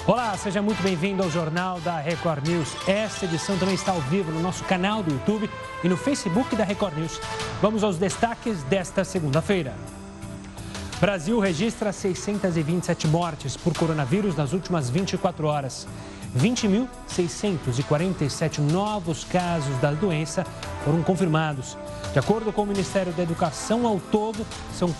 Olá, seja muito bem-vindo ao Jornal da Record News. Esta edição também está ao vivo no nosso canal do YouTube e no Facebook da Record News. Vamos aos destaques desta segunda-feira. Brasil registra 627 mortes por coronavírus nas últimas 24 horas. 20.647 novos casos da doença foram confirmados. De acordo com o Ministério da Educação, ao todo, são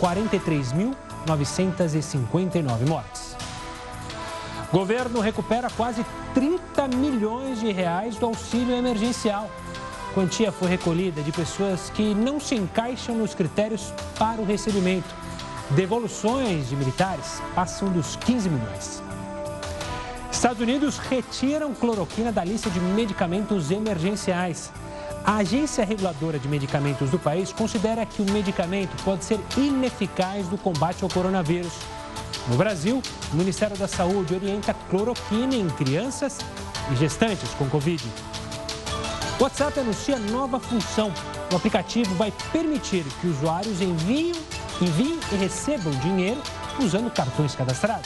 43.959 mortes. O governo recupera quase 30 milhões de reais do auxílio emergencial. A quantia foi recolhida de pessoas que não se encaixam nos critérios para o recebimento. Devoluções de militares passam dos 15 milhões. Estados Unidos retiram cloroquina da lista de medicamentos emergenciais. A Agência Reguladora de Medicamentos do país considera que o medicamento pode ser ineficaz no combate ao coronavírus. No Brasil, o Ministério da Saúde orienta cloroquina em crianças e gestantes com Covid. O WhatsApp anuncia nova função. O aplicativo vai permitir que usuários enviem e recebam dinheiro usando cartões cadastrados.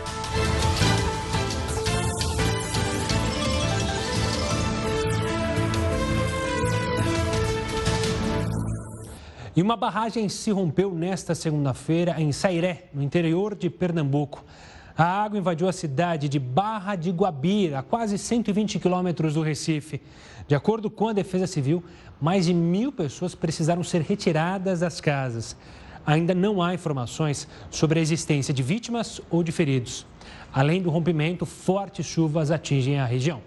E uma barragem se rompeu nesta segunda-feira em Sairé, no interior de Pernambuco. A água invadiu a cidade de Barra de Guabira, a quase 120 quilômetros do Recife. De acordo com a Defesa Civil, mais de 1.000 pessoas precisaram ser retiradas das casas. Ainda não há informações sobre a existência de vítimas ou de feridos. Além do rompimento, fortes chuvas atingem a região.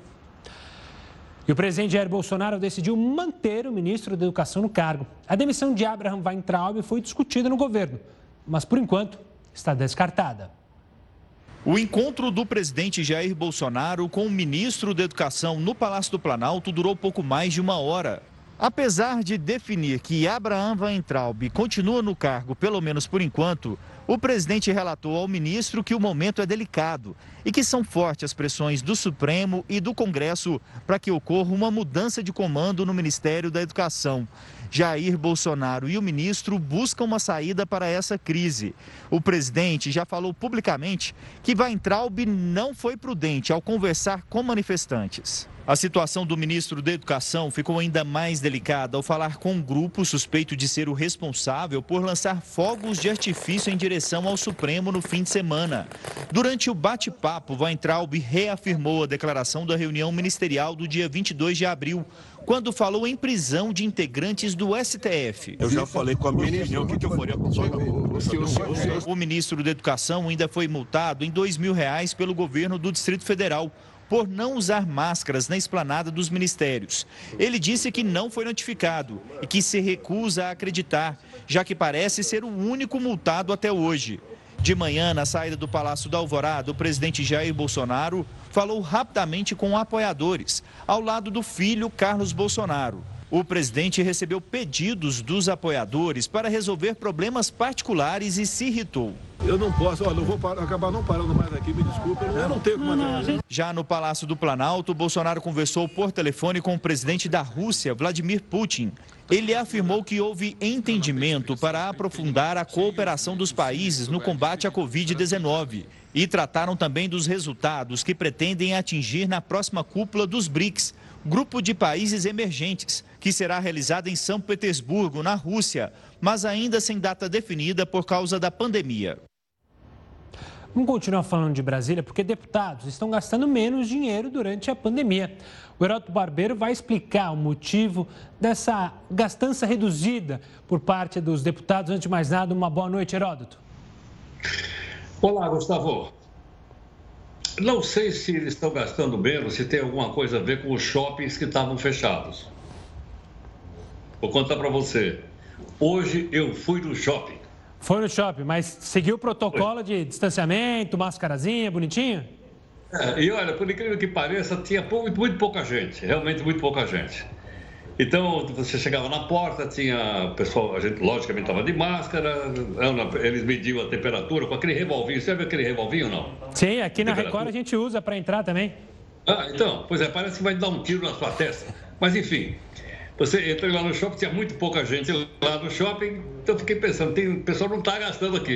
E o presidente Jair Bolsonaro decidiu manter o ministro da Educação no cargo. A demissão de Abraham Weintraub foi discutida no governo, mas, por enquanto, está descartada. O encontro do presidente Jair Bolsonaro com o ministro da Educação no Palácio do Planalto durou pouco mais de uma hora. Apesar de definir que Abraham Weintraub continua no cargo, pelo menos por enquanto, o presidente relatou ao ministro que o momento é delicado e que são fortes as pressões do Supremo e do Congresso para que ocorra uma mudança de comando no Ministério da Educação. Jair Bolsonaro e o ministro buscam uma saída para essa crise. O presidente já falou publicamente que Weintraub não foi prudente ao conversar com manifestantes. A situação do ministro da Educação ficou ainda mais delicada ao falar com um grupo suspeito de ser o responsável por lançar fogos de artifício em direção ao Supremo no fim de semana. Durante o bate-papo, Weintraub reafirmou a declaração da reunião ministerial do dia 22 de abril, quando falou em prisão de integrantes do STF. Eu já falei com a minha opinião, o que eu faria com o ministro da Educação ainda foi multado em R$2.000 pelo governo do Distrito Federal por não usar máscaras na esplanada dos ministérios. Ele disse que não foi notificado e que se recusa a acreditar, já que parece ser o único multado até hoje. De manhã, na saída do Palácio da Alvorada, o presidente Jair Bolsonaro falou rapidamente com apoiadores, ao lado do filho Carlos Bolsonaro. O presidente recebeu pedidos dos apoiadores para resolver problemas particulares e se irritou. Eu não posso, eu vou acabar não parando mais aqui, me desculpa, eu não tenho como fazer. Já no Palácio do Planalto, Bolsonaro conversou por telefone com o presidente da Rússia, Vladimir Putin. Ele afirmou que houve entendimento para aprofundar a cooperação dos países no combate à Covid-19 e trataram também dos resultados que pretendem atingir na próxima cúpula dos BRICS, grupo de países emergentes, que será realizada em São Petersburgo, na Rússia, mas ainda sem data definida por causa da pandemia. Vamos continuar falando de Brasília, porque deputados estão gastando menos dinheiro durante a pandemia. O Heródoto Barbeiro vai explicar o motivo dessa gastança reduzida por parte dos deputados. Antes de mais nada, uma boa noite, Heródoto. Olá, Gustavo. Não sei se eles estão gastando menos, se tem alguma coisa a ver com os shoppings que estavam fechados. Vou contar para você. Hoje eu fui no shopping. Foi no shopping, mas seguiu o protocolo de distanciamento, máscarazinha, bonitinho? E olha, por incrível que pareça, tinha muito pouca gente, realmente muito pouca gente. Então, você chegava na porta, tinha pessoal, a gente logicamente estava de máscara, eles mediam a temperatura com aquele revolvinho. Você viu aquele revolvinho ou não? Sim, aqui na Record a gente usa para entrar também. Então, pois é, parece que vai dar um tiro na sua testa. Mas enfim, você entra lá no shopping, tinha muito pouca gente lá no shopping, então eu fiquei pensando, o pessoal não está gastando aqui.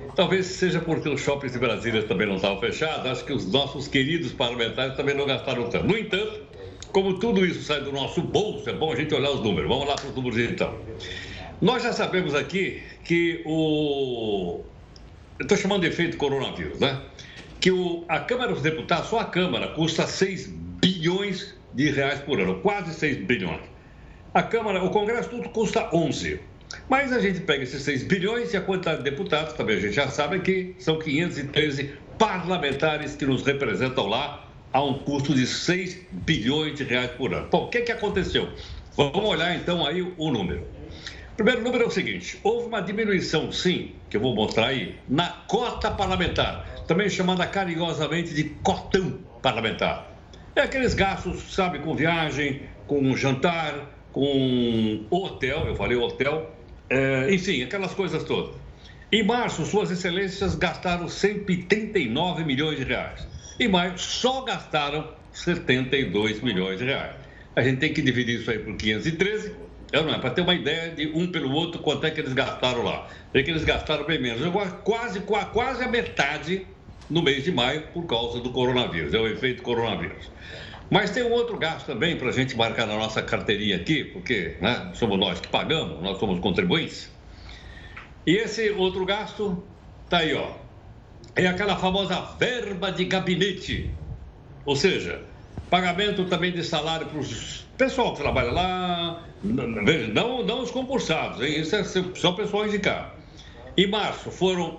Talvez seja porque os shoppings de Brasília também não estavam fechados. Acho que os nossos queridos parlamentares também não gastaram tanto. No entanto, como tudo isso sai do nosso bolso, é bom a gente olhar os números. Vamos lá para os números então. Nós já sabemos aqui que eu estou chamando de efeito coronavírus, né? Que a Câmara dos Deputados, só a Câmara, custa 6 bilhões de reais por ano, quase 6 bilhões. A Câmara, o Congresso tudo custa 11. Mas a gente pega esses 6 bilhões e a quantidade de deputados, também a gente já sabe que são 513 parlamentares que nos representam lá a um custo de 6 bilhões de reais por ano. Bom, o que aconteceu? Vamos olhar então aí o número. O primeiro número é o seguinte, houve uma diminuição, sim, que eu vou mostrar aí, na cota parlamentar, também chamada carinhosamente de cotão parlamentar. É aqueles gastos, sabe, com viagem, com jantar, com hotel, eu falei hotel, enfim, aquelas coisas todas. Em março, suas excelências gastaram 139 milhões de reais. Em maio, só gastaram 72 milhões de reais. A gente tem que dividir isso aí por 513, para ter uma ideia de um pelo outro, quanto é que eles gastaram lá. É que eles gastaram bem menos, quase a metade no mês de maio por causa do coronavírus, é o efeito coronavírus. Mas tem um outro gasto também para a gente marcar na nossa carteirinha aqui, porque né, somos nós que pagamos, nós somos contribuintes. E esse outro gasto está aí, ó. É aquela famosa verba de gabinete. Ou seja, pagamento também de salário para o pessoal que trabalha lá, não os concursados, hein? Isso é só o pessoal indicado. Em março foram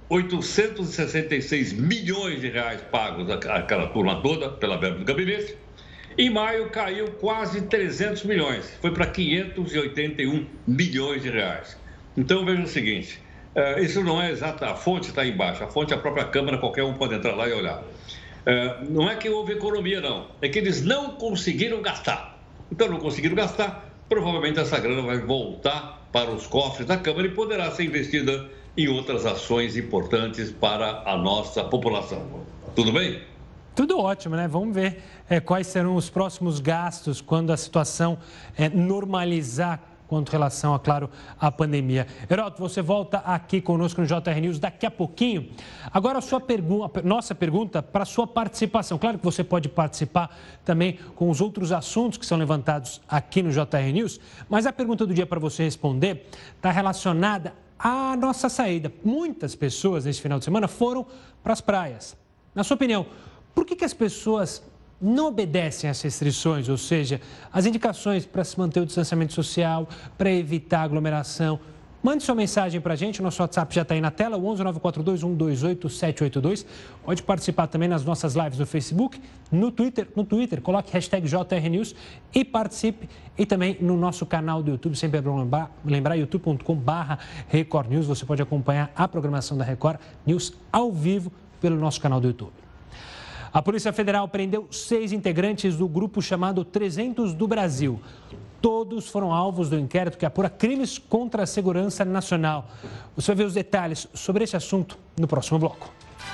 866 milhões de reais pagos àquela turma toda pela verba do gabinete. Em maio caiu quase 300 milhões, foi para 581 milhões de reais. Então veja o seguinte, isso não é exato, a fonte está aí embaixo, a fonte é a própria Câmara, qualquer um pode entrar lá e olhar. Não é que houve economia não, é que eles não conseguiram gastar. Então não conseguiram gastar, provavelmente essa grana vai voltar para os cofres da Câmara e poderá ser investida em outras ações importantes para a nossa população. Tudo bem? Tudo ótimo, né? Vamos ver quais serão os próximos gastos quando a situação normalizar quanto relação, é claro, à pandemia. Heródoto, você volta aqui conosco no JR News daqui a pouquinho. Agora, nossa pergunta para a sua participação. Claro que você pode participar também com os outros assuntos que são levantados aqui no JR News, mas a pergunta do dia para você responder está relacionada à nossa saída. Muitas pessoas nesse final de semana foram para as praias. Na sua opinião, por que as pessoas não obedecem às restrições, ou seja, as indicações para se manter o distanciamento social, para evitar aglomeração? Mande sua mensagem para a gente, o nosso WhatsApp já está aí na tela, o 11 942 128 782. Pode participar também nas nossas lives no Facebook, no Twitter, coloque hashtag JRNews e participe. E também no nosso canal do YouTube, sempre é bom lembrar, youtube.com/Record News. Você pode acompanhar a programação da Record News ao vivo pelo nosso canal do YouTube. A Polícia Federal prendeu 6 integrantes do grupo chamado 300 do Brasil. Todos foram alvos do inquérito que apura crimes contra a segurança nacional. Você vai ver os detalhes sobre esse assunto no próximo bloco.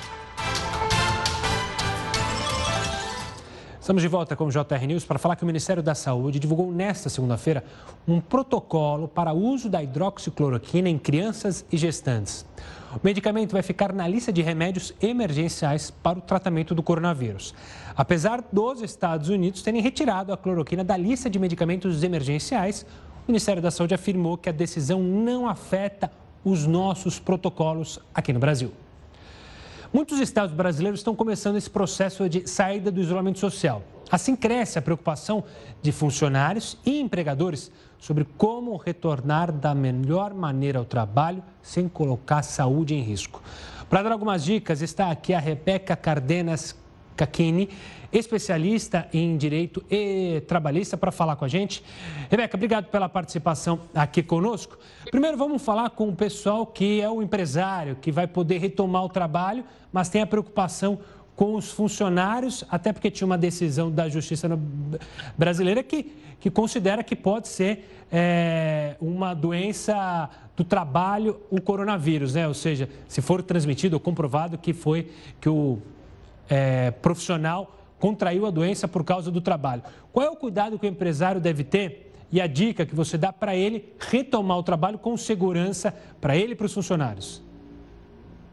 Estamos de volta com o JR News para falar que o Ministério da Saúde divulgou nesta segunda-feira um protocolo para o uso da hidroxicloroquina em crianças e gestantes. O medicamento vai ficar na lista de remédios emergenciais para o tratamento do coronavírus. Apesar dos Estados Unidos terem retirado a cloroquina da lista de medicamentos emergenciais, o Ministério da Saúde afirmou que a decisão não afeta os nossos protocolos aqui no Brasil. Muitos estados brasileiros estão começando esse processo de saída do isolamento social. Assim cresce a preocupação de funcionários e empregadores sobre como retornar da melhor maneira ao trabalho sem colocar a saúde em risco. Para dar algumas dicas, está aqui a Rebeca Cardenas Cacchini, especialista em direito e trabalhista, para falar com a gente. Rebeca, obrigado pela participação aqui conosco. Primeiro, vamos falar com o pessoal que é o empresário, que vai poder retomar o trabalho, mas tem a preocupação com os funcionários, até porque tinha uma decisão da Justiça brasileira que considera que pode ser uma doença do trabalho, o coronavírus, né? Ou seja, se for transmitido ou comprovado que o profissional contraiu a doença por causa do trabalho. Qual é o cuidado que o empresário deve ter e a dica que você dá para ele retomar o trabalho com segurança para ele e para os funcionários?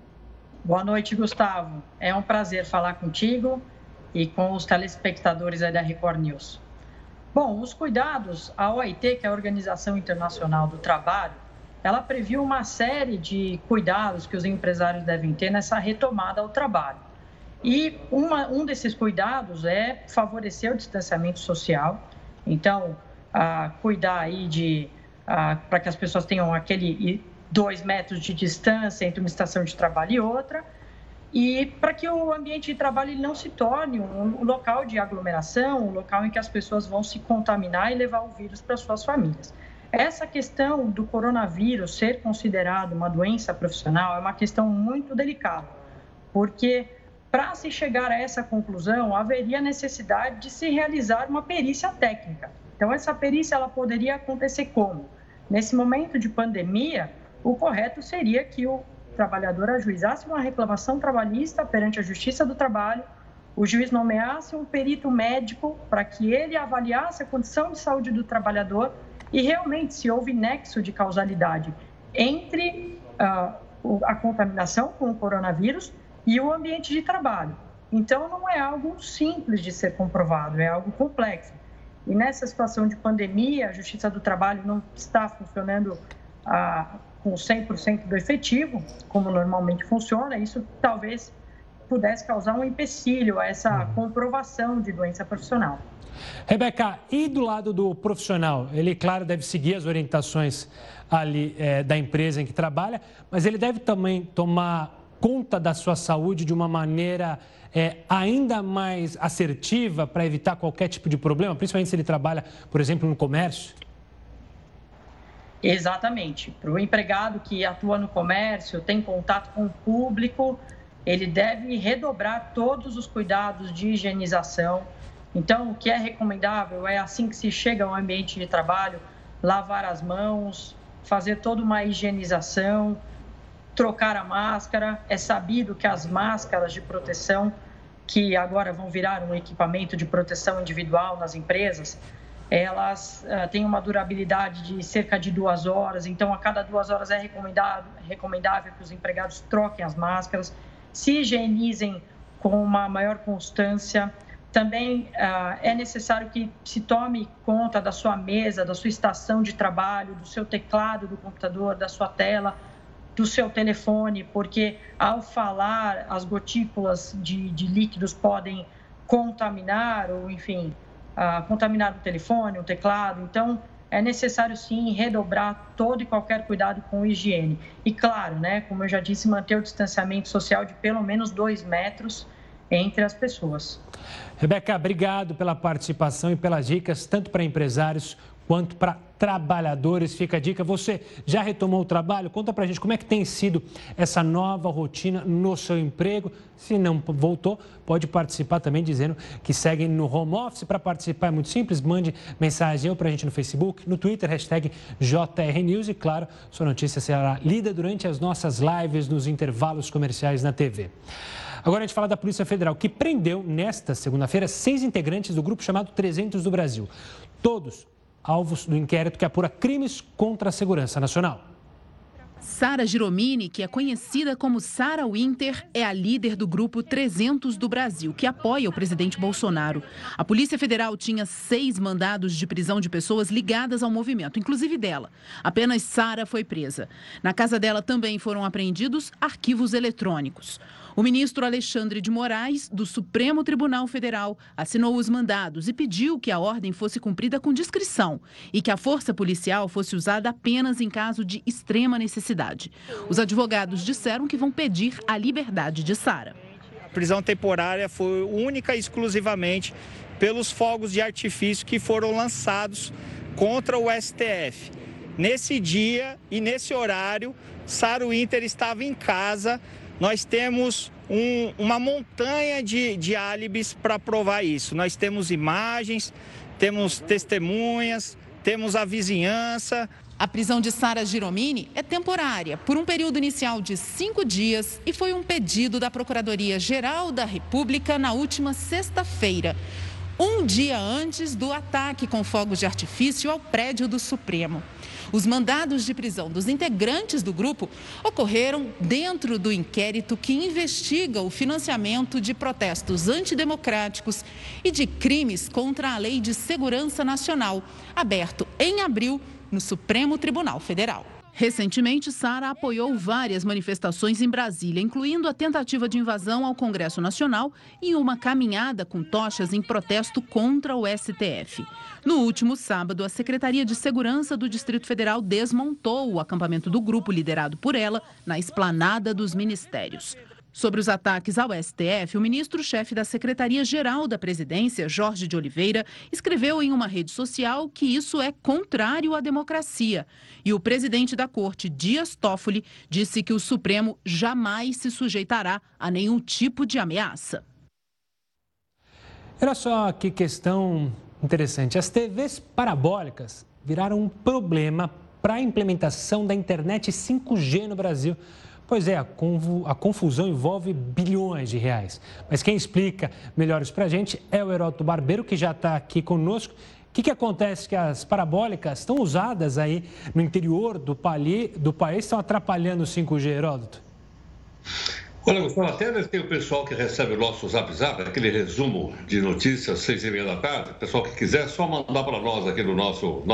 Boa noite, Gustavo. É um prazer falar contigo e com os telespectadores aí da Record News. Bom, os cuidados, a OIT, que é a Organização Internacional do Trabalho, ela previu uma série de cuidados que os empresários devem ter nessa retomada ao trabalho. E um desses cuidados é favorecer o distanciamento social. Então, cuidar aí para que as pessoas tenham aquele 2 metros de distância entre uma estação de trabalho e outra, e para que o ambiente de trabalho ele não se torne um local de aglomeração, um local em que as pessoas vão se contaminar e levar o vírus para suas famílias. Essa questão do coronavírus ser considerado uma doença profissional é uma questão muito delicada, porque para se chegar a essa conclusão, haveria necessidade de se realizar uma perícia técnica. Então, essa perícia ela poderia acontecer como? Nesse momento de pandemia, o correto seria que o trabalhador ajuizasse uma reclamação trabalhista perante a Justiça do Trabalho, o juiz nomeasse um perito médico para que ele avaliasse a condição de saúde do trabalhador e realmente se houve nexo de causalidade entre a contaminação com o coronavírus e o ambiente de trabalho. Então, não é algo simples de ser comprovado, é algo complexo. E nessa situação de pandemia, a Justiça do Trabalho não está funcionando com 100% do efetivo, como normalmente funciona. Isso talvez pudesse causar um empecilho a essa comprovação de doença profissional. Rebeca, e do lado do profissional? Ele, claro, deve seguir as orientações ali da empresa em que trabalha, mas ele deve também tomar conta da sua saúde de uma maneira ainda mais assertiva para evitar qualquer tipo de problema, principalmente se ele trabalha, por exemplo, no comércio? Exatamente. Para o empregado que atua no comércio, tem contato com o público, ele deve redobrar todos os cuidados de higienização. Então, o que é recomendável é, assim que se chega ao ambiente de trabalho, lavar as mãos, fazer toda uma higienização, trocar a máscara. É sabido que as máscaras de proteção, que agora vão virar um equipamento de proteção individual nas empresas, elas têm uma durabilidade de cerca de 2 horas. Então, a cada 2 horas é recomendável que os empregados troquem as máscaras, se higienizem com uma maior constância. Também é necessário que se tome conta da sua mesa, da sua estação de trabalho, do seu teclado do computador, da sua tela, do seu telefone, porque ao falar as gotículas de líquidos podem contaminar ou, enfim, contaminar o telefone, o teclado. Então, é necessário, sim, redobrar todo e qualquer cuidado com higiene. E, claro, né, como eu já disse, manter o distanciamento social de pelo menos 2 metros entre as pessoas. Rebeca, obrigado pela participação e pelas dicas, tanto para empresários quanto para trabalhadores. Fica a dica, você já retomou o trabalho? Conta pra gente como é que tem sido essa nova rotina no seu emprego. Se não voltou, pode participar também dizendo que segue no home office. Para participar é muito simples, mande mensagem pra gente no Facebook, no Twitter, #JRNews e, claro, sua notícia será lida durante as nossas lives nos intervalos comerciais na TV. Agora a gente fala da Polícia Federal, que prendeu nesta segunda-feira 6 integrantes do grupo chamado 300 do Brasil. Todos alvos do inquérito que apura crimes contra a segurança nacional. Sara Giromini, que é conhecida como Sarah Winter, é a líder do grupo 300 do Brasil, que apoia o presidente Bolsonaro. A Polícia Federal tinha 6 mandados de prisão de pessoas ligadas ao movimento, inclusive dela. Apenas Sara foi presa. Na casa dela também foram apreendidos arquivos eletrônicos. O ministro Alexandre de Moraes, do Supremo Tribunal Federal, assinou os mandados e pediu que a ordem fosse cumprida com discrição e que a força policial fosse usada apenas em caso de extrema necessidade. Os advogados disseram que vão pedir a liberdade de Sara. A prisão temporária foi única e exclusivamente pelos fogos de artifício que foram lançados contra o STF. Nesse dia e nesse horário, Sarah Winter estava em casa. Nós temos uma montanha de álibis para provar isso. Nós temos imagens, temos testemunhas, temos a vizinhança. A prisão de Sara Giromini é temporária, por um período inicial de 5 dias e foi um pedido da Procuradoria-Geral da República na última sexta-feira. um dia antes do ataque com fogos de artifício ao prédio do Supremo. Os mandados de prisão dos integrantes do grupo ocorreram dentro do inquérito que investiga o financiamento de protestos antidemocráticos e de crimes contra a Lei de Segurança Nacional, aberto em abril no Supremo Tribunal Federal. Recentemente, Sara apoiou várias manifestações em Brasília, incluindo a tentativa de invasão ao Congresso Nacional e uma caminhada com tochas em protesto contra o STF. No último sábado, a Secretaria de Segurança do Distrito Federal desmontou o acampamento do grupo liderado por ela na esplanada dos ministérios. Sobre os ataques ao STF, o ministro-chefe da Secretaria-Geral da Presidência, Jorge de Oliveira, escreveu em uma rede social que isso é contrário à democracia. E o presidente da Corte, Dias Toffoli, disse que o Supremo jamais se sujeitará a nenhum tipo de ameaça. Olha só que questão interessante. As TVs parabólicas viraram um problema para a implementação da internet 5G no Brasil. Pois é, a confusão envolve bilhões de reais. Mas quem explica melhor isso para a gente é o Heródoto Barbeiro, que já está aqui conosco. O que acontece? Que as parabólicas estão usadas aí no interior do país, estão atrapalhando o 5G, Heródoto? Olha, Gustavo, até tem o pessoal que recebe o nosso Zap, aquele resumo de notícias, 6h30 da tarde. O pessoal que quiser, só mandar para nós aqui no nosso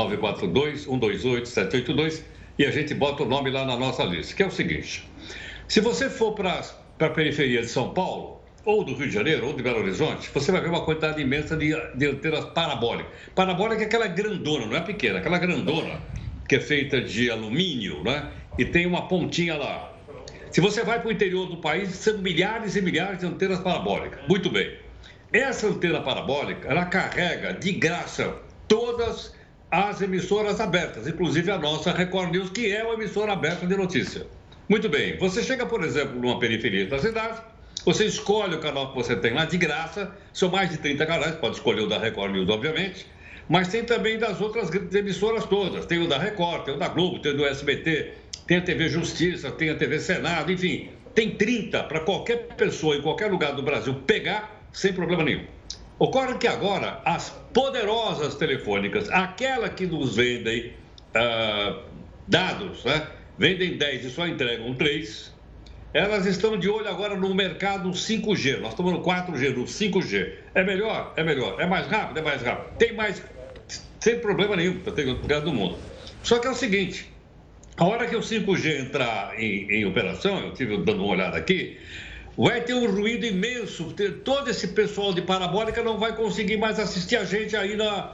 942-128-782 e a gente bota o nome lá na nossa lista, que é o seguinte. Se você for para a periferia de São Paulo, ou do Rio de Janeiro, ou de Belo Horizonte, você vai ver uma quantidade imensa de antenas parabólicas. Parabólica é aquela grandona, não é pequena, aquela grandona que é feita de alumínio, né? E tem uma pontinha lá. Se você vai para o interior do país, são milhares e milhares de antenas parabólicas. Muito bem. Essa antena parabólica, ela carrega de graça todas as emissoras abertas, inclusive a nossa Record News, que é uma emissora aberta de notícia. Muito bem, você chega, por exemplo, numa periferia da cidade, você escolhe o canal que você tem lá de graça, são mais de 30 canais, pode escolher o da Record News, obviamente, mas tem também das outras emissoras todas, tem o da Record, tem o da Globo, tem o do SBT, tem a TV Justiça, tem a TV Senado, enfim, tem 30 para qualquer pessoa em qualquer lugar do Brasil pegar sem problema nenhum. Ocorre que agora as poderosas telefônicas, aquela que nos vendem dados, né? Vendem 10 e só entregam 3. Elas estão de olho agora no mercado 5G. Nós estamos no 4G, no 5G. É melhor? É melhor. É mais rápido? É mais rápido. Tem mais, sem problema nenhum, para ter lugar do mundo. Só que é o seguinte, a hora que o 5G entrar em operação, eu estive dando uma olhada aqui, vai ter um ruído imenso. Todo esse pessoal de parabólica não vai conseguir mais assistir a gente aí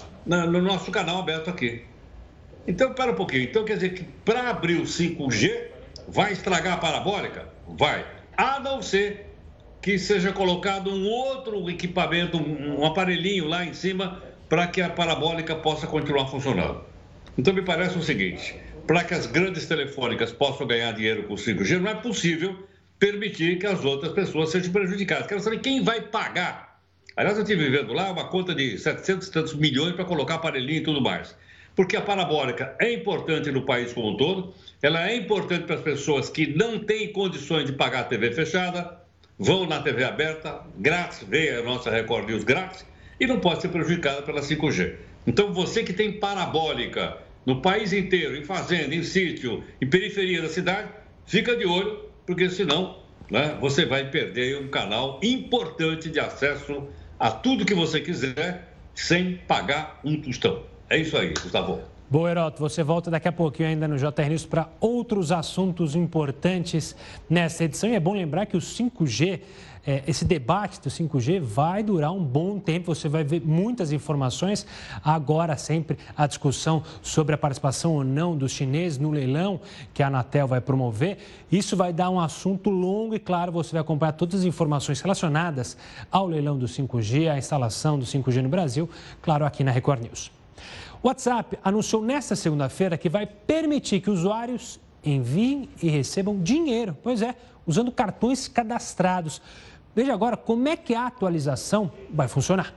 no nosso canal aberto aqui. Então, espera um pouquinho. Então, quer dizer que para abrir o 5G, vai estragar a parabólica? Vai. A não ser que seja colocado um outro equipamento, um aparelhinho lá em cima, para que a parabólica possa continuar funcionando. Então, me parece o seguinte, para que as grandes telefônicas possam ganhar dinheiro com o 5G, não é possível permitir que as outras pessoas sejam prejudicadas. Quero saber quem vai pagar. Aliás, eu estive vendo lá uma conta de 700 e tantos milhões para colocar aparelhinho e tudo mais. Porque a parabólica é importante no país como um todo, ela é importante para as pessoas que não têm condições de pagar a TV fechada, vão na TV aberta, grátis, veem a nossa Record News grátis, e não pode ser prejudicada pela 5G. Então, você que tem parabólica no país inteiro, em fazenda, em sítio, em periferia da cidade, fica de olho, porque senão, né, você vai perder um canal importante de acesso a tudo que você quiser, sem pagar um tostão. É isso aí, Gustavo. Boa, Heródoto, você volta daqui a pouquinho ainda no JR News para outros assuntos importantes nessa edição. E é bom lembrar que o 5G, esse debate do 5G vai durar um bom tempo. Você vai ver muitas informações. Agora sempre a discussão sobre a participação ou não dos chineses no leilão que a Anatel vai promover. Isso vai dar um assunto longo e, claro, você vai acompanhar todas as informações relacionadas ao leilão do 5G, à instalação do 5G no Brasil, claro, aqui na Record News. O WhatsApp anunciou nesta segunda-feira que vai permitir que usuários enviem e recebam dinheiro, pois é, usando cartões cadastrados. Veja agora como é que a atualização vai funcionar.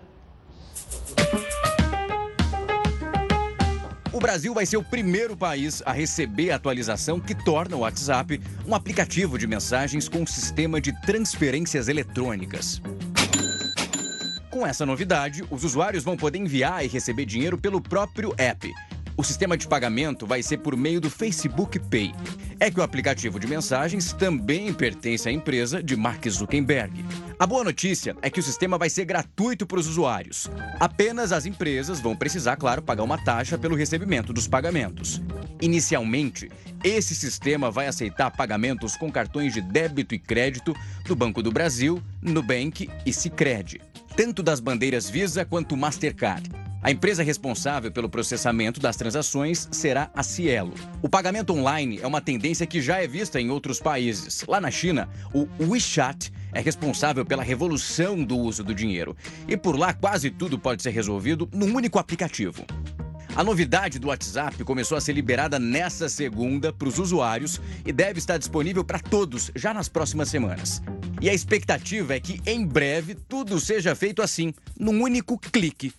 O Brasil vai ser o primeiro país a receber a atualização que torna o WhatsApp um aplicativo de mensagens com um sistema de transferências eletrônicas. Com Com essa novidade, os usuários vão poder enviar e receber dinheiro pelo próprio app. O sistema de pagamento vai ser por meio do Facebook Pay. É que o aplicativo de mensagens também pertence à empresa de Mark Zuckerberg. A boa notícia é que o sistema vai ser gratuito para os usuários. Apenas as empresas vão precisar, claro, pagar uma taxa pelo recebimento dos pagamentos. Inicialmente, esse sistema vai aceitar pagamentos com cartões de débito e crédito do Banco do Brasil, Nubank e Sicredi, tanto das bandeiras Visa quanto Mastercard. A empresa responsável pelo processamento das transações será a Cielo. O pagamento online é uma tendência que já é vista em outros países. Lá na China, o WeChat é responsável pela revolução do uso do dinheiro. E por lá, quase tudo pode ser resolvido num único aplicativo. A novidade do WhatsApp começou a ser liberada nesta segunda para os usuários e deve estar disponível para todos já nas próximas semanas. E a expectativa é que, em breve, tudo seja feito assim, num único clique.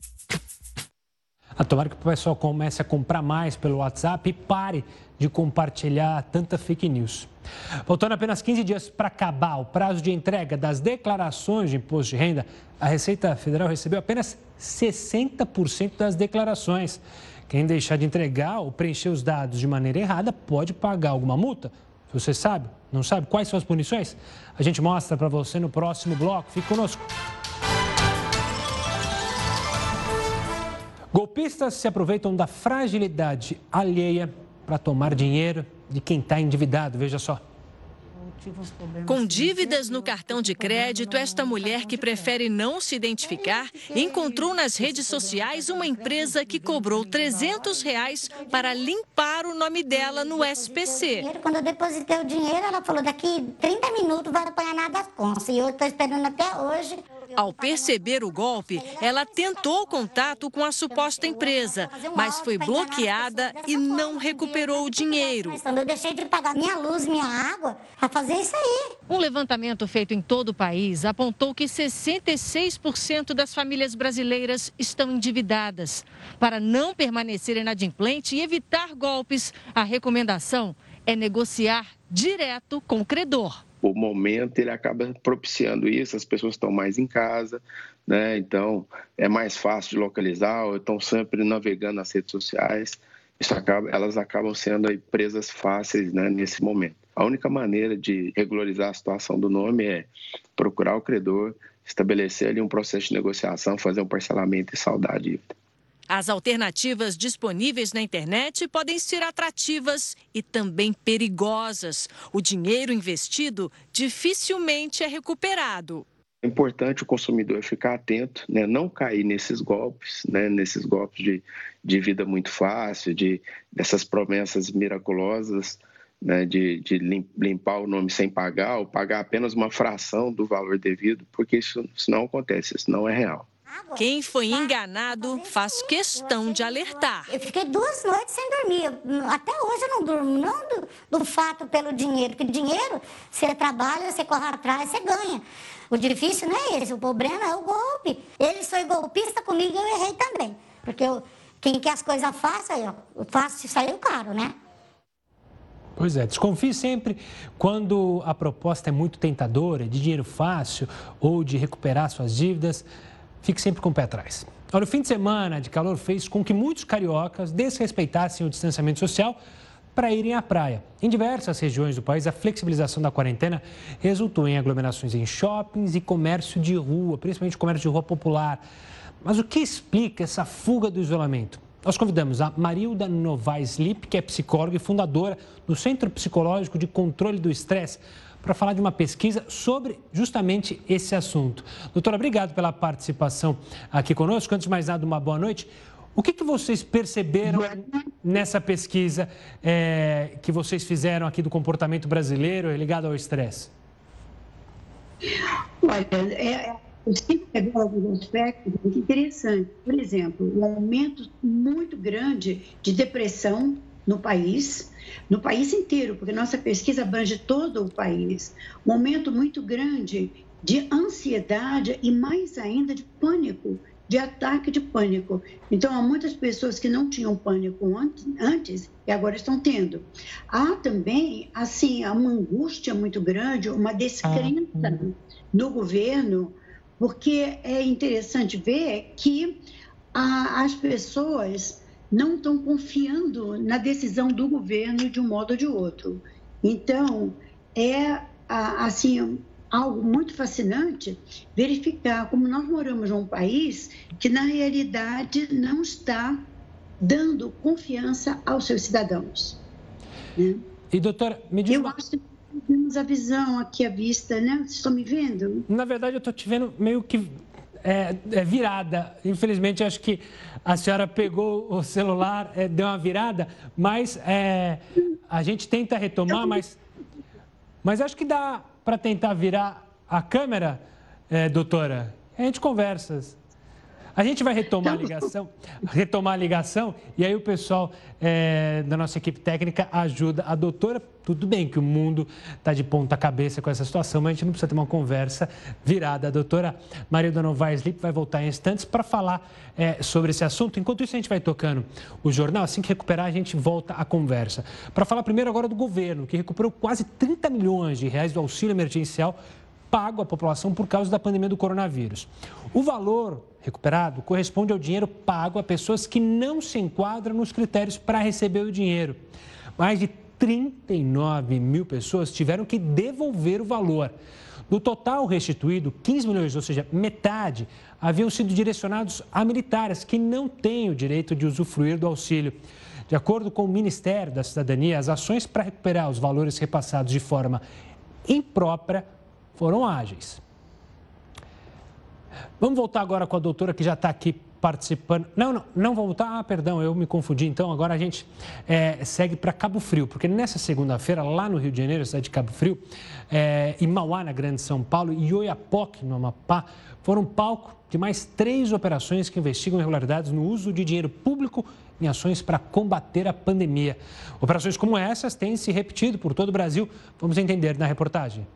Tomara que o pessoal comece a comprar mais pelo WhatsApp e pare de compartilhar tanta fake news. Faltando apenas 15 dias para acabar o prazo de entrega das declarações de imposto de renda, a Receita Federal recebeu apenas 60% das declarações. Quem deixar de entregar ou preencher os dados de maneira errada pode pagar alguma multa. Você sabe? Não sabe quais são as punições? A gente mostra para você no próximo bloco. Fique conosco. Golpistas se aproveitam da fragilidade alheia para tomar dinheiro de quem está endividado, veja só. Com dívidas no cartão de crédito, esta mulher que prefere não se identificar encontrou nas redes sociais uma empresa que cobrou R$300 para limpar o nome dela no SPC. Quando eu depositei o dinheiro, ela falou, daqui 30 minutos vai apanhar nada das contas. E eu estou esperando até hoje. Ao perceber o golpe, ela tentou contato com a suposta empresa, mas foi bloqueada e não recuperou o dinheiro. Eu deixei de pagar minha luz, minha água, para fazer isso aí. Um levantamento feito em todo o país apontou que 66% das famílias brasileiras estão endividadas. Para não permanecer inadimplente e evitar golpes, a recomendação é negociar direto com o credor. O momento ele acaba propiciando isso, as pessoas estão mais em casa, né? Então é mais fácil de localizar, ou estão sempre navegando nas redes sociais, elas acabam sendo aí presas fáceis, né, nesse momento. A única maneira de regularizar a situação do nome é procurar o credor, estabelecer ali um processo de negociação, fazer um parcelamento e saldar a dívida. As alternativas disponíveis na internet podem ser atrativas e também perigosas. O dinheiro investido dificilmente é recuperado. É importante o consumidor ficar atento, né? Não cair nesses golpes, né? Nesses golpes de vida muito fácil, dessas promessas miraculosas, né? De limpar o nome sem pagar ou pagar apenas uma fração do valor devido, porque isso não acontece, isso não é real. Quem foi enganado faz questão de alertar. Eu fiquei 2 noites sem dormir. Até hoje eu não durmo, não do fato pelo dinheiro. Porque dinheiro, você trabalha, você corre atrás, você ganha. O difícil não é esse, o problema é o golpe. Ele foi golpista comigo, eu errei também. Porque quem quer as coisas fáceis, o fácil saiu caro, né? Pois é, desconfie sempre quando a proposta é muito tentadora, de dinheiro fácil ou de recuperar suas dívidas. Fique sempre com o pé atrás. Olha, o fim de semana de calor fez com que muitos cariocas desrespeitassem o distanciamento social para irem à praia. Em diversas regiões do país, a flexibilização da quarentena resultou em aglomerações em shoppings e comércio de rua, principalmente comércio de rua popular. Mas o que explica essa fuga do isolamento? Nós convidamos a Marilda Novaes Lipp, que é psicóloga e fundadora do Centro Psicológico de Controle do Estresse, para falar de uma pesquisa sobre justamente esse assunto. Doutora, obrigado pela participação aqui conosco. Antes de mais nada, uma boa noite. O que vocês perceberam nessa pesquisa que vocês fizeram aqui do comportamento brasileiro ligado ao estresse? Olha, eu sempre pego alguns aspectos muito interessantes. Por exemplo, um aumento muito grande de depressão no país inteiro, porque nossa pesquisa abrange todo o país. Um aumento muito grande de ansiedade e mais ainda de pânico, de ataque de pânico. Então, há muitas pessoas que não tinham pânico antes e agora estão tendo. Há também, assim, uma angústia muito grande, uma descrença no governo, porque é interessante ver que as pessoas não estão confiando na decisão do governo de um modo ou de outro. Então, é assim, algo muito fascinante verificar como nós moramos num país que, na realidade, não está dando confiança aos seus cidadãos. Né? E, doutora, me diz... Eu acho que temos a visão aqui à vista, né? Vocês estão me vendo? Na verdade, eu estou te vendo meio que virada. Infelizmente, acho que a senhora pegou o celular, deu uma virada, mas a gente tenta retomar, mas acho que dá para tentar virar a câmera, doutora. A gente conversa. A gente vai retomar a ligação e aí o pessoal da nossa equipe técnica ajuda a doutora. Tudo bem que o mundo está de ponta cabeça com essa situação, mas a gente não precisa ter uma conversa virada. A doutora Marilda Novaes Lippe vai voltar em instantes para falar sobre esse assunto. Enquanto isso, a gente vai tocando o jornal. Assim que recuperar, a gente volta à conversa. Para falar primeiro agora do governo, que recuperou quase 30 milhões de reais do auxílio emergencial pago à população por causa da pandemia do coronavírus. O valor recuperado corresponde ao dinheiro pago a pessoas que não se enquadram nos critérios para receber o dinheiro. Mais de 39 mil pessoas tiveram que devolver o valor. Do total restituído, 15 milhões, ou seja, metade, haviam sido direcionados a militares que não têm o direito de usufruir do auxílio. De acordo com o Ministério da Cidadania, as ações para recuperar os valores repassados de forma imprópria foram ágeis. Vamos voltar agora com a doutora que já está aqui participando. Não vou voltar. Perdão, eu me confundi. Então, agora a gente segue para Cabo Frio, porque nessa segunda-feira, lá no Rio de Janeiro, cidade de Cabo Frio, em Mauá, na Grande São Paulo, e Oiapoque, no Amapá, foram palco de mais 3 operações que investigam irregularidades no uso de dinheiro público em ações para combater a pandemia. Operações como essas têm se repetido por todo o Brasil. Vamos entender na reportagem.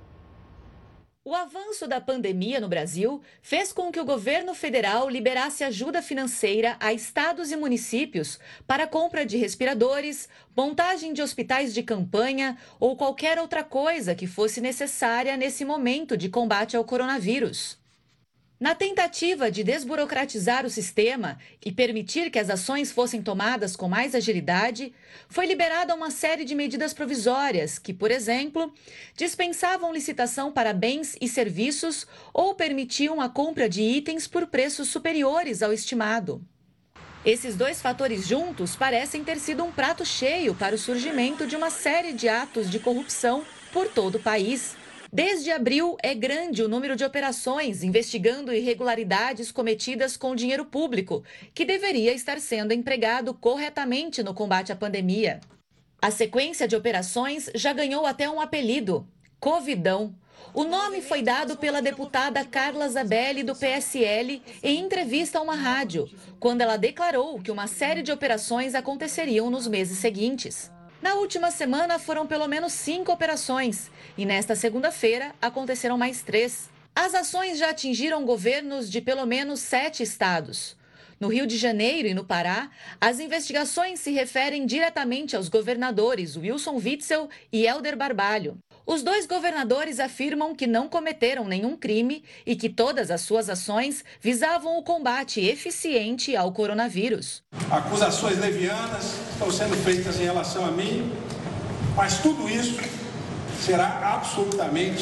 O avanço da pandemia no Brasil fez com que o governo federal liberasse ajuda financeira a estados e municípios para a compra de respiradores, montagem de hospitais de campanha ou qualquer outra coisa que fosse necessária nesse momento de combate ao coronavírus. Na tentativa de desburocratizar o sistema e permitir que as ações fossem tomadas com mais agilidade, foi liberada uma série de medidas provisórias que, por exemplo, dispensavam licitação para bens e serviços ou permitiam a compra de itens por preços superiores ao estimado. Esses 2 fatores juntos parecem ter sido um prato cheio para o surgimento de uma série de atos de corrupção por todo o país. Desde abril, é grande o número de operações investigando irregularidades cometidas com dinheiro público, que deveria estar sendo empregado corretamente no combate à pandemia. A sequência de operações já ganhou até um apelido: Covidão. O nome foi dado pela deputada Carla Zabelli, do PSL, em entrevista a uma rádio, quando ela declarou que uma série de operações aconteceriam nos meses seguintes. Na última semana foram pelo menos 5 operações e nesta segunda-feira aconteceram mais 3. As ações já atingiram governos de pelo menos 7 estados. No Rio de Janeiro e no Pará, as investigações se referem diretamente aos governadores Wilson Witzel e Helder Barbalho. Os 2 governadores afirmam que não cometeram nenhum crime e que todas as suas ações visavam o combate eficiente ao coronavírus. Acusações levianas estão sendo feitas em relação a mim, mas tudo isso será absolutamente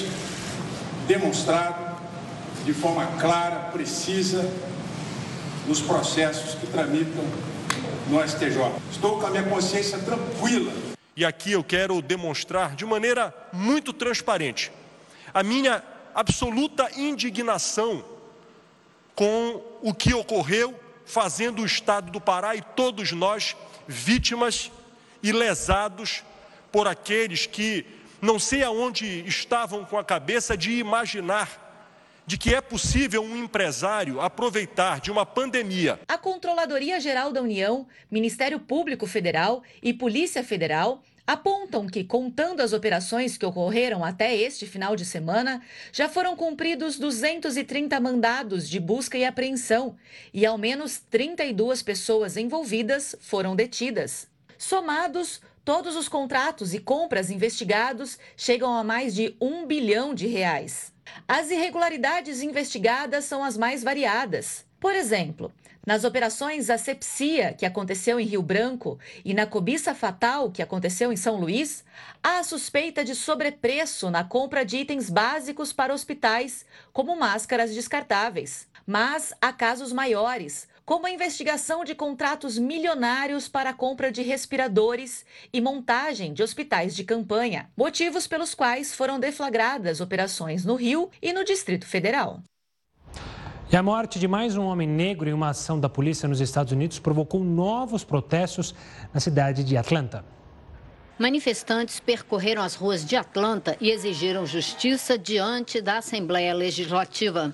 demonstrado de forma clara, precisa, nos processos que tramitam no STJ. Estou com a minha consciência tranquila. E aqui eu quero demonstrar de maneira muito transparente a minha absoluta indignação com o que ocorreu, fazendo o Estado do Pará e todos nós vítimas e lesados por aqueles que não sei aonde estavam com a cabeça de imaginar de que é possível um empresário aproveitar de uma pandemia. A Controladoria Geral da União, Ministério Público Federal e Polícia Federal apontam que, contando as operações que ocorreram até este final de semana, já foram cumpridos 230 mandados de busca e apreensão e ao menos 32 pessoas envolvidas foram detidas. Somados, todos os contratos e compras investigados chegam a mais de R$1 bilhão. As irregularidades investigadas são as mais variadas. Por exemplo, nas operações Asepsia, que aconteceu em Rio Branco, e na Cobiça Fatal, que aconteceu em São Luís, há a suspeita de sobrepreço na compra de itens básicos para hospitais, como máscaras descartáveis. Mas há casos maiores, como a investigação de contratos milionários para a compra de respiradores e montagem de hospitais de campanha, motivos pelos quais foram deflagradas operações no Rio e no Distrito Federal. E a morte de mais um homem negro em uma ação da polícia nos Estados Unidos provocou novos protestos na cidade de Atlanta. Manifestantes percorreram as ruas de Atlanta e exigiram justiça diante da Assembleia Legislativa.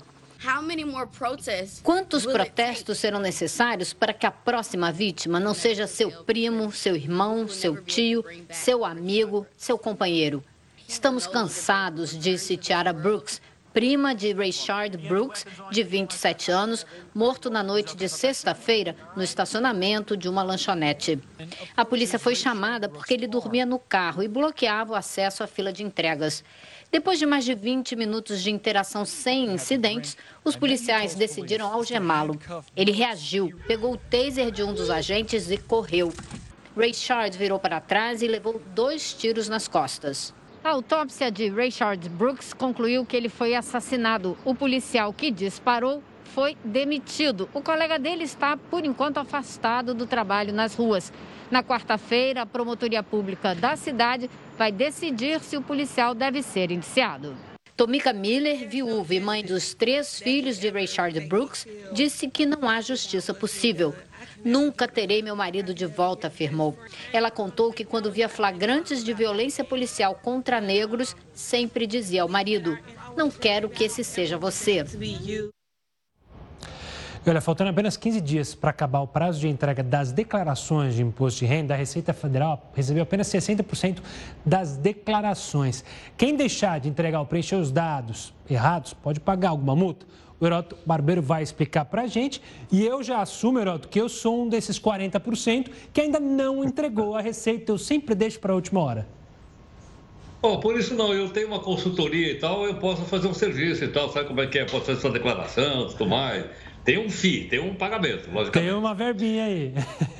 Quantos protestos serão necessários para que a próxima vítima não seja seu primo, seu irmão, seu tio, seu amigo, seu companheiro? Estamos cansados, disse Tiara Brooks, prima de Rayshard Brooks, de 27 anos, morto na noite de sexta-feira no estacionamento de uma lanchonete. A polícia foi chamada porque ele dormia no carro e bloqueava o acesso à fila de entregas. Depois de mais de 20 minutos de interação sem incidentes, os policiais decidiram algemá-lo. Ele reagiu, pegou o taser de um dos agentes e correu. Rayshard virou para trás e levou 2 tiros nas costas. A autópsia de Rayshard Brooks concluiu que ele foi assassinado. O policial que disparou foi demitido. O colega dele está, por enquanto, afastado do trabalho nas ruas. Na quarta-feira, a promotoria pública da cidade vai decidir se o policial deve ser indiciado. Tomika Miller, viúva e mãe dos 3 filhos de Rayshard Brooks, disse que não há justiça possível. Nunca terei meu marido de volta, afirmou. Ela contou que quando via flagrantes de violência policial contra negros, sempre dizia ao marido: não quero que esse seja você. E olha, faltando apenas 15 dias para acabar o prazo de entrega das declarações de imposto de renda, a Receita Federal recebeu apenas 60% das declarações. Quem deixar de entregar ou preencher os dados errados pode pagar alguma multa. O Heródoto Barbeiro vai explicar para a gente e eu já assumo, Heródoto, que eu sou um desses 40% que ainda não entregou a Receita. Eu sempre deixo para a última hora. Por isso não, eu tenho uma consultoria e tal, eu posso fazer um serviço e tal, sabe como é que é? Posso fazer sua declaração, tudo mais. Tem um FII, tem um pagamento, logicamente. Tem uma verbinha aí.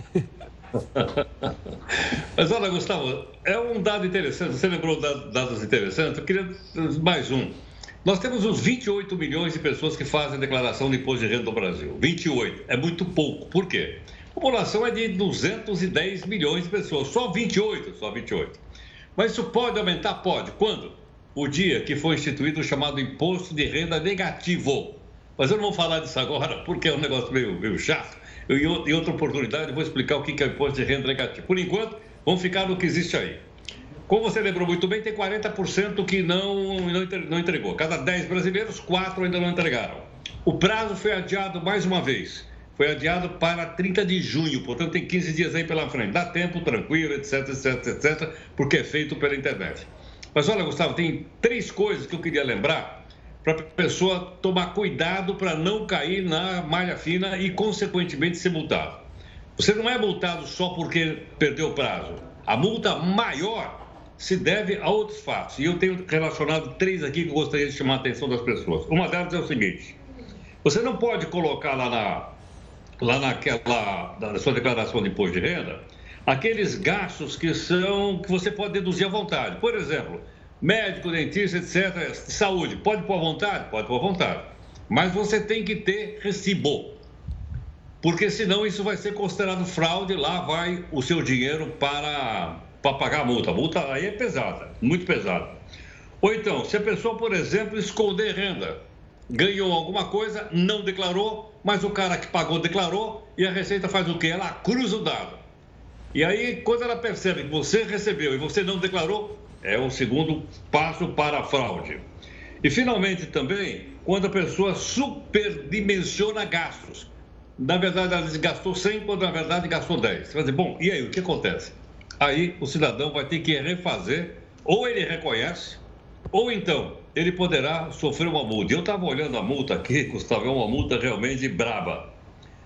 Mas olha, Gustavo, é um dado interessante, você lembrou dados interessantes, eu queria mais um. Nós temos uns 28 milhões de pessoas que fazem declaração de imposto de renda no Brasil. 28, é muito pouco. Por quê? A população é de 210 milhões de pessoas, só 28. Mas isso pode aumentar? Pode. Quando? O dia que foi instituído o chamado imposto de renda negativo. Mas eu não vou falar disso agora, porque é um negócio meio chato. Em outra oportunidade, eu vou explicar o que é o imposto de renda negativo. Por enquanto, vamos ficar no que existe aí. Como você lembrou muito bem, tem 40% que não entregou. Cada 10 brasileiros, 4 ainda não entregaram. O prazo foi adiado mais uma vez. Foi adiado para 30 de junho, portanto tem 15 dias aí pela frente. Dá tempo, tranquilo, etc, porque é feito pela internet. Mas olha, Gustavo, tem 3 coisas que eu queria lembrar para a pessoa tomar cuidado para não cair na malha fina e, consequentemente, ser multado. Você não é multado só porque perdeu o prazo. A multa maior se deve a outros fatos. E eu tenho relacionado 3 aqui que eu gostaria de chamar a atenção das pessoas. Uma delas é o seguinte: você não pode colocar na sua declaração de imposto de renda aqueles gastos que você pode deduzir à vontade. Por exemplo, médico, dentista, etc., saúde, pode pôr à vontade? Pode pôr à vontade. Mas você tem que ter recibo, porque senão isso vai ser considerado fraude, lá vai o seu dinheiro para pagar a multa. A multa aí é pesada, muito pesada. Ou então, se a pessoa, por exemplo, esconder renda, ganhou alguma coisa, não declarou, mas o cara que pagou declarou, e a Receita faz o quê? Ela cruza o dado. E aí, quando ela percebe que você recebeu e você não declarou, é o segundo passo para a fraude. E, finalmente, também, quando a pessoa superdimensiona gastos. Na verdade, ela gastou 100, quando na verdade gastou 10. Você vai dizer, bom, e aí, o que acontece? Aí o cidadão vai ter que refazer, ou ele reconhece, ou então ele poderá sofrer uma multa. Eu estava olhando a multa aqui, Gustavo, é uma multa realmente braba.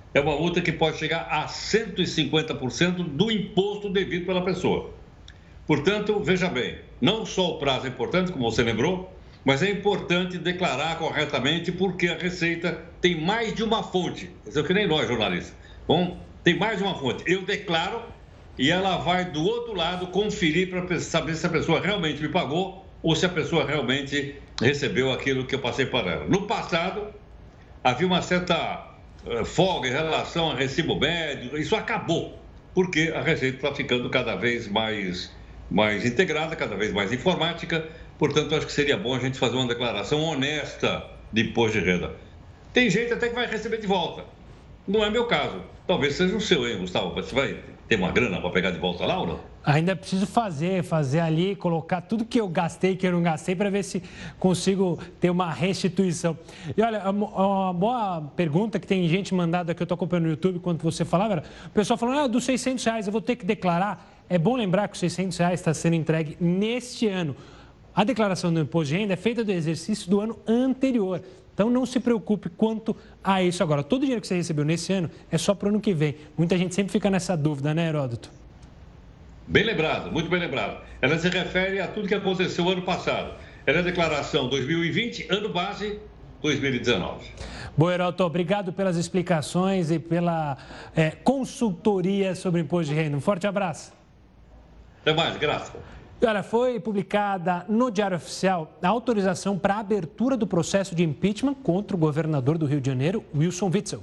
é uma multa que pode chegar a 150% do imposto devido pela pessoa. Portanto, veja bem, não só o prazo é importante, como você lembrou, mas é importante declarar corretamente, porque a Receita tem mais de uma fonte. Isso é que nem nós, jornalistas. Bom, tem mais de uma fonte. Eu declaro e ela vai do outro lado conferir para saber se a pessoa realmente me pagou ou se a pessoa realmente recebeu aquilo que eu passei para ela. No passado, havia uma certa folga em relação a recibo médio. Isso acabou, porque a Receita está ficando cada vez mais integrada, cada vez mais informática. Portanto, acho que seria bom a gente fazer uma declaração honesta de imposto de renda. Tem gente até que vai receber de volta. Não é meu caso. Talvez seja o seu, hein, Gustavo? Você vai ter uma grana para pegar de volta lá ou não? Ainda preciso fazer ali, colocar tudo que eu gastei, que eu não gastei, para ver se consigo ter uma restituição. E olha, uma boa pergunta que tem gente mandada que eu estou acompanhando no YouTube, quando você falava, o pessoal falando, dos R$600 eu vou ter que declarar. É bom lembrar que os R$600 está sendo entregue neste ano. A declaração do imposto de renda é feita do exercício do ano anterior. Então, não se preocupe quanto a isso agora. Todo o dinheiro que você recebeu nesse ano é só para o ano que vem. Muita gente sempre fica nessa dúvida, né, Heródoto? Bem lembrado, muito bem lembrado. Ela se refere a tudo que aconteceu ano passado. Ela é a declaração 2020, ano base 2019. Bom, Heródoto, obrigado pelas explicações e pela consultoria sobre o imposto de renda. Um forte abraço. Até mais, graças. Olha, foi publicada no Diário Oficial a autorização para a abertura do processo de impeachment contra o governador do Rio de Janeiro, Wilson Witzel.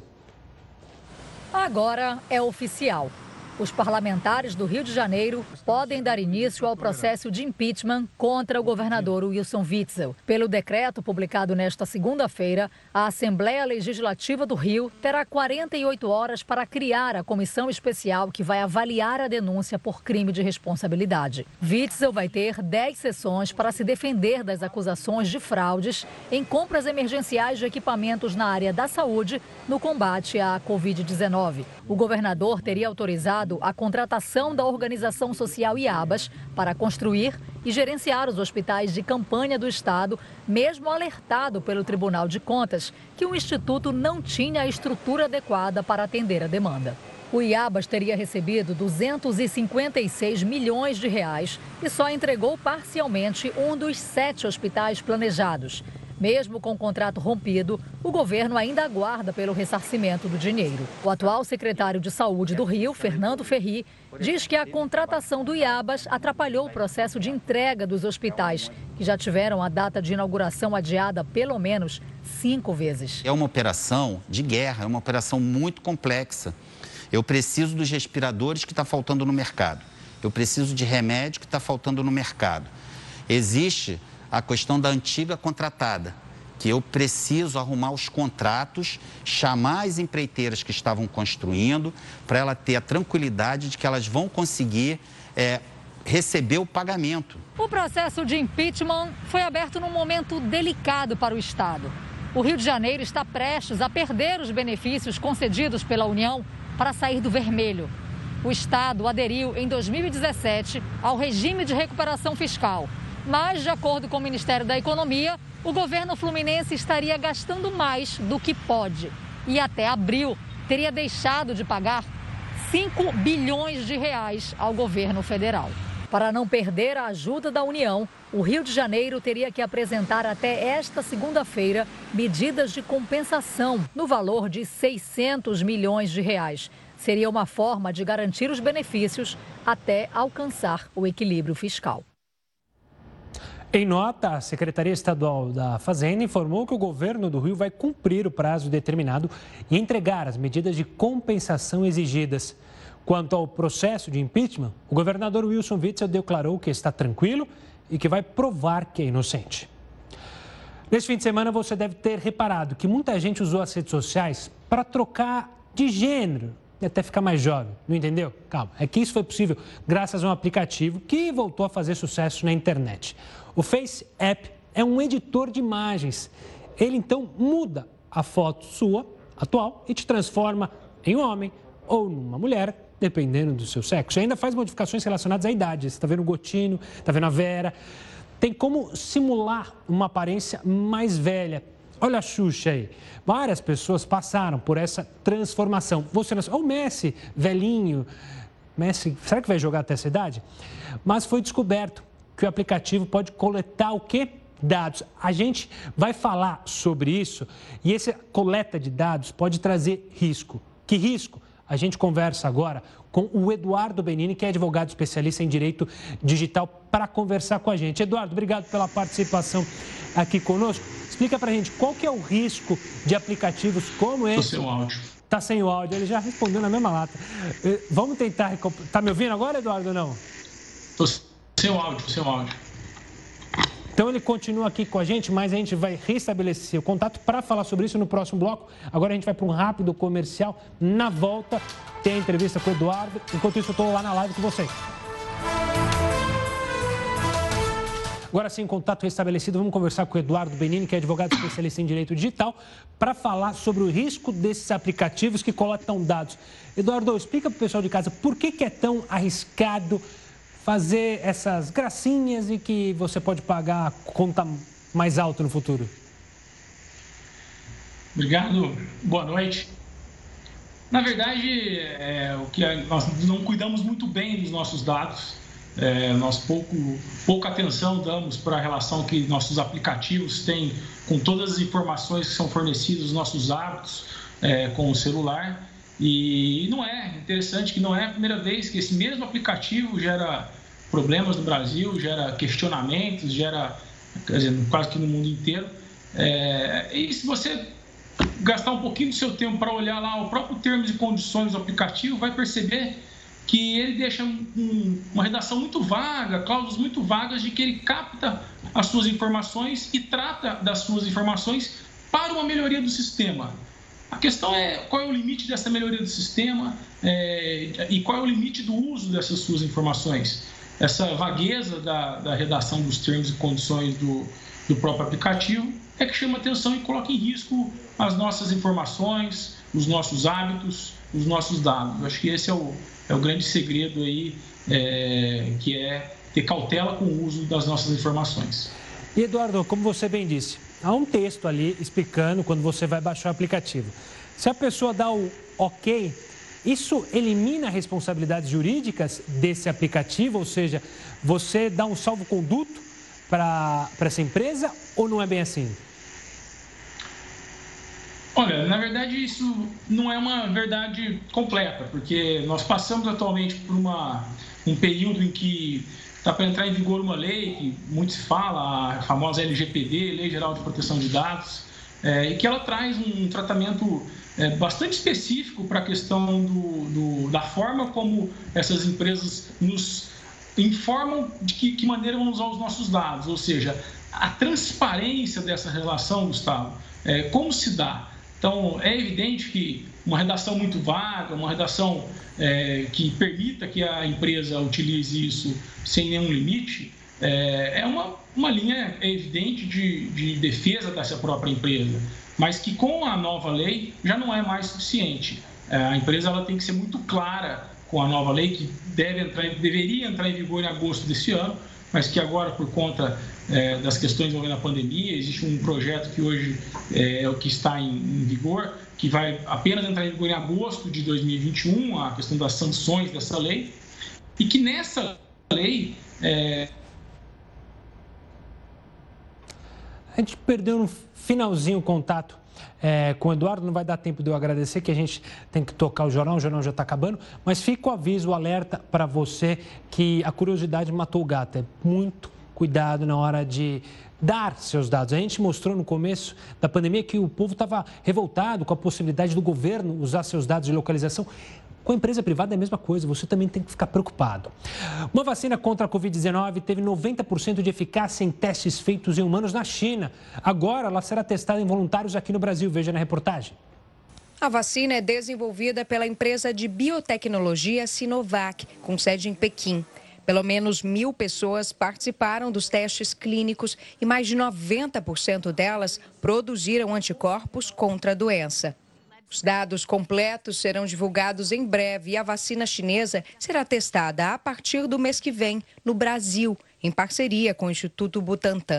Agora é oficial. Os parlamentares do Rio de Janeiro podem dar início ao processo de impeachment contra o governador Wilson Witzel. Pelo decreto publicado nesta segunda-feira, a Assembleia Legislativa do Rio terá 48 horas para criar a comissão especial que vai avaliar a denúncia por crime de responsabilidade. Witzel vai ter 10 sessões para se defender das acusações de fraudes em compras emergenciais de equipamentos na área da saúde no combate à Covid-19. O governador teria autorizado a contratação da organização social IABAS para construir e gerenciar os hospitais de campanha do Estado, mesmo alertado pelo Tribunal de Contas que o Instituto não tinha a estrutura adequada para atender a demanda. O IABAS teria recebido 256 milhões de reais e só entregou parcialmente um dos 7 hospitais planejados. Mesmo com o contrato rompido, o governo ainda aguarda pelo ressarcimento do dinheiro. O atual secretário de Saúde do Rio, Fernando Ferri, diz que a contratação do IABAS atrapalhou o processo de entrega dos hospitais, que já tiveram a data de inauguração adiada pelo menos 5 vezes. É uma operação de guerra, é uma operação muito complexa. Eu preciso dos respiradores que está faltando no mercado. Eu preciso de remédio que está faltando no mercado. Existe a questão da antiga contratada, que eu preciso arrumar os contratos, chamar as empreiteiras que estavam construindo, para ela ter a tranquilidade de que elas vão conseguir receber o pagamento. O processo de impeachment foi aberto num momento delicado para o Estado. O Rio de Janeiro está prestes a perder os benefícios concedidos pela União para sair do vermelho. O Estado aderiu em 2017 ao regime de recuperação fiscal. Mas, de acordo com o Ministério da Economia, o governo fluminense estaria gastando mais do que pode. E até abril teria deixado de pagar 5 bilhões de reais ao governo federal. Para não perder a ajuda da União, o Rio de Janeiro teria que apresentar até esta segunda-feira medidas de compensação no valor de 600 milhões de reais. Seria uma forma de garantir os benefícios até alcançar o equilíbrio fiscal. Em nota, a Secretaria Estadual da Fazenda informou que o governo do Rio vai cumprir o prazo determinado e entregar as medidas de compensação exigidas. Quanto ao processo de impeachment, o governador Wilson Witzel declarou que está tranquilo e que vai provar que é inocente. Neste fim de semana, você deve ter reparado que muita gente usou as redes sociais para trocar de gênero e até ficar mais jovem. Não entendeu? Calma, é que isso foi possível graças a um aplicativo que voltou a fazer sucesso na internet. O Face App é um editor de imagens. Ele, então, muda a foto sua, atual, e te transforma em um homem ou numa mulher, dependendo do seu sexo. E ainda faz modificações relacionadas à idade. Você está vendo o Gotino, está vendo a Vera. Tem como simular uma aparência mais velha. Olha a Xuxa aí. Várias pessoas passaram por essa transformação. Você, o Messi, velhinho, Messi, será que vai jogar até essa idade? Mas foi descoberto que o aplicativo pode coletar o quê? Dados. A gente vai falar sobre isso e essa coleta de dados pode trazer risco. Que risco? A gente conversa agora com o Eduardo Benini, que é advogado especialista em direito digital, para conversar com a gente. Eduardo, obrigado pela participação aqui conosco. Explica para a gente qual que é o risco de aplicativos como esse. Estou sem o áudio. Está sem o áudio, ele já respondeu na mesma lata. Vamos tentar... Está me ouvindo agora, Eduardo, ou não? Estou sem o áudio, sem o áudio. Então ele continua aqui com a gente, mas a gente vai restabelecer o contato para falar sobre isso no próximo bloco. Agora a gente vai para um rápido comercial. Na volta tem a entrevista com o Eduardo. Enquanto isso eu estou lá na live com vocês. Agora sim, contato restabelecido, vamos conversar com o Eduardo Benini, que é advogado especialista em direito digital, para falar sobre o risco desses aplicativos que coletam dados. Eduardo, explica para o pessoal de casa por que é tão arriscado fazer essas gracinhas e que você pode pagar a conta mais alta no futuro. Obrigado, boa noite. Na verdade, nós não cuidamos muito bem dos nossos dados. Nós pouca atenção damos para a relação que nossos aplicativos têm com todas as informações que são fornecidas nos nossos hábitos com o celular. E não é interessante que não é a primeira vez que esse mesmo aplicativo gera problemas no Brasil, gera questionamentos, quer dizer, quase que no mundo inteiro. E se você gastar um pouquinho do seu tempo para olhar lá o próprio termos e condições do aplicativo, vai perceber que ele deixa uma redação muito vaga, cláusulas muito vagas de que ele capta as suas informações e trata das suas informações para uma melhoria do sistema. A questão é qual é o limite dessa melhoria do sistema e qual é o limite do uso dessas suas informações. Essa vagueza da redação dos termos e condições do próprio aplicativo é que chama atenção e coloca em risco as nossas informações, os nossos hábitos, os nossos dados. Eu acho que esse é o grande segredo aí, que é ter cautela com o uso das nossas informações. E, Eduardo, como você bem disse, há um texto ali explicando quando você vai baixar o aplicativo. Se a pessoa dá o OK, isso elimina responsabilidades jurídicas desse aplicativo? Ou seja, você dá um salvo-conduto para essa empresa ou não é bem assim? Olha, na verdade isso não é uma verdade completa, porque nós passamos atualmente por um período em que está para entrar em vigor uma lei, que muito se fala, a famosa LGPD, Lei Geral de Proteção de Dados, e que ela traz um tratamento bastante específico para a questão da forma como essas empresas nos informam de que maneira vão usar os nossos dados, ou seja, a transparência dessa relação, Gustavo, como se dá. Então, é evidente que uma redação muito vaga, uma redação que permita que a empresa utilize isso sem nenhum limite, é uma linha evidente de defesa dessa própria empresa, mas que com a nova lei já não é mais suficiente. A empresa ela tem que ser muito clara com a nova lei, que deveria entrar em vigor em agosto desse ano, mas que agora, por conta das questões envolvendo a pandemia, existe um projeto que hoje é o que está em vigor, que vai apenas entrar em vigor em agosto de 2021, a questão das sanções dessa lei, e que nessa lei... A gente perdeu no finalzinho o contato com o Eduardo, não vai dar tempo de eu agradecer, que a gente tem que tocar o jornal já está acabando, mas fica o aviso, o alerta para você que a curiosidade matou o gato. É muito cuidado na hora de dar seus dados. A gente mostrou no começo da pandemia que o povo estava revoltado com a possibilidade do governo usar seus dados de localização. Com a empresa privada é a mesma coisa, você também tem que ficar preocupado. Uma vacina contra a Covid-19 teve 90% de eficácia em testes feitos em humanos na China. Agora ela será testada em voluntários aqui no Brasil. Veja na reportagem. A vacina é desenvolvida pela empresa de biotecnologia Sinovac, com sede em Pequim. Pelo menos 1.000 pessoas participaram dos testes clínicos e mais de 90% delas produziram anticorpos contra a doença. Os dados completos serão divulgados em breve e a vacina chinesa será testada a partir do mês que vem no Brasil, em parceria com o Instituto Butantan.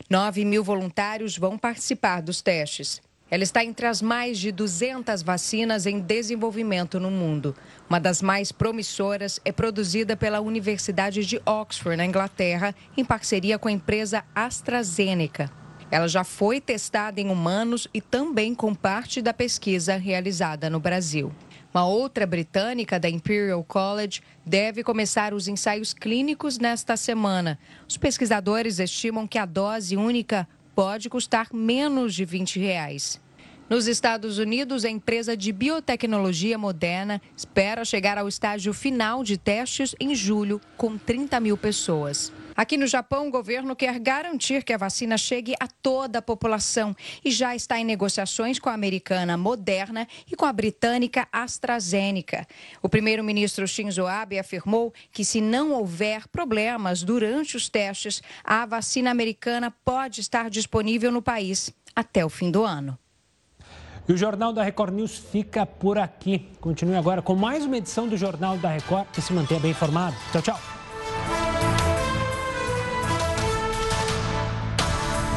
9.000 voluntários vão participar dos testes. Ela está entre as mais de 200 vacinas em desenvolvimento no mundo. Uma das mais promissoras é produzida pela Universidade de Oxford, na Inglaterra, em parceria com a empresa AstraZeneca. Ela já foi testada em humanos e também com parte da pesquisa realizada no Brasil. Uma outra britânica, da Imperial College, deve começar os ensaios clínicos nesta semana. Os pesquisadores estimam que a dose única pode custar menos de R$20. Nos Estados Unidos, a empresa de biotecnologia Moderna espera chegar ao estágio final de testes em julho, com 30.000 pessoas. Aqui no Japão, o governo quer garantir que a vacina chegue a toda a população e já está em negociações com a americana Moderna e com a britânica AstraZeneca. O primeiro-ministro Shinzo Abe afirmou que, se não houver problemas durante os testes, a vacina americana pode estar disponível no país até o fim do ano. E o Jornal da Record News fica por aqui. Continue agora com mais uma edição do Jornal da Record e se mantenha bem informado. Tchau, tchau.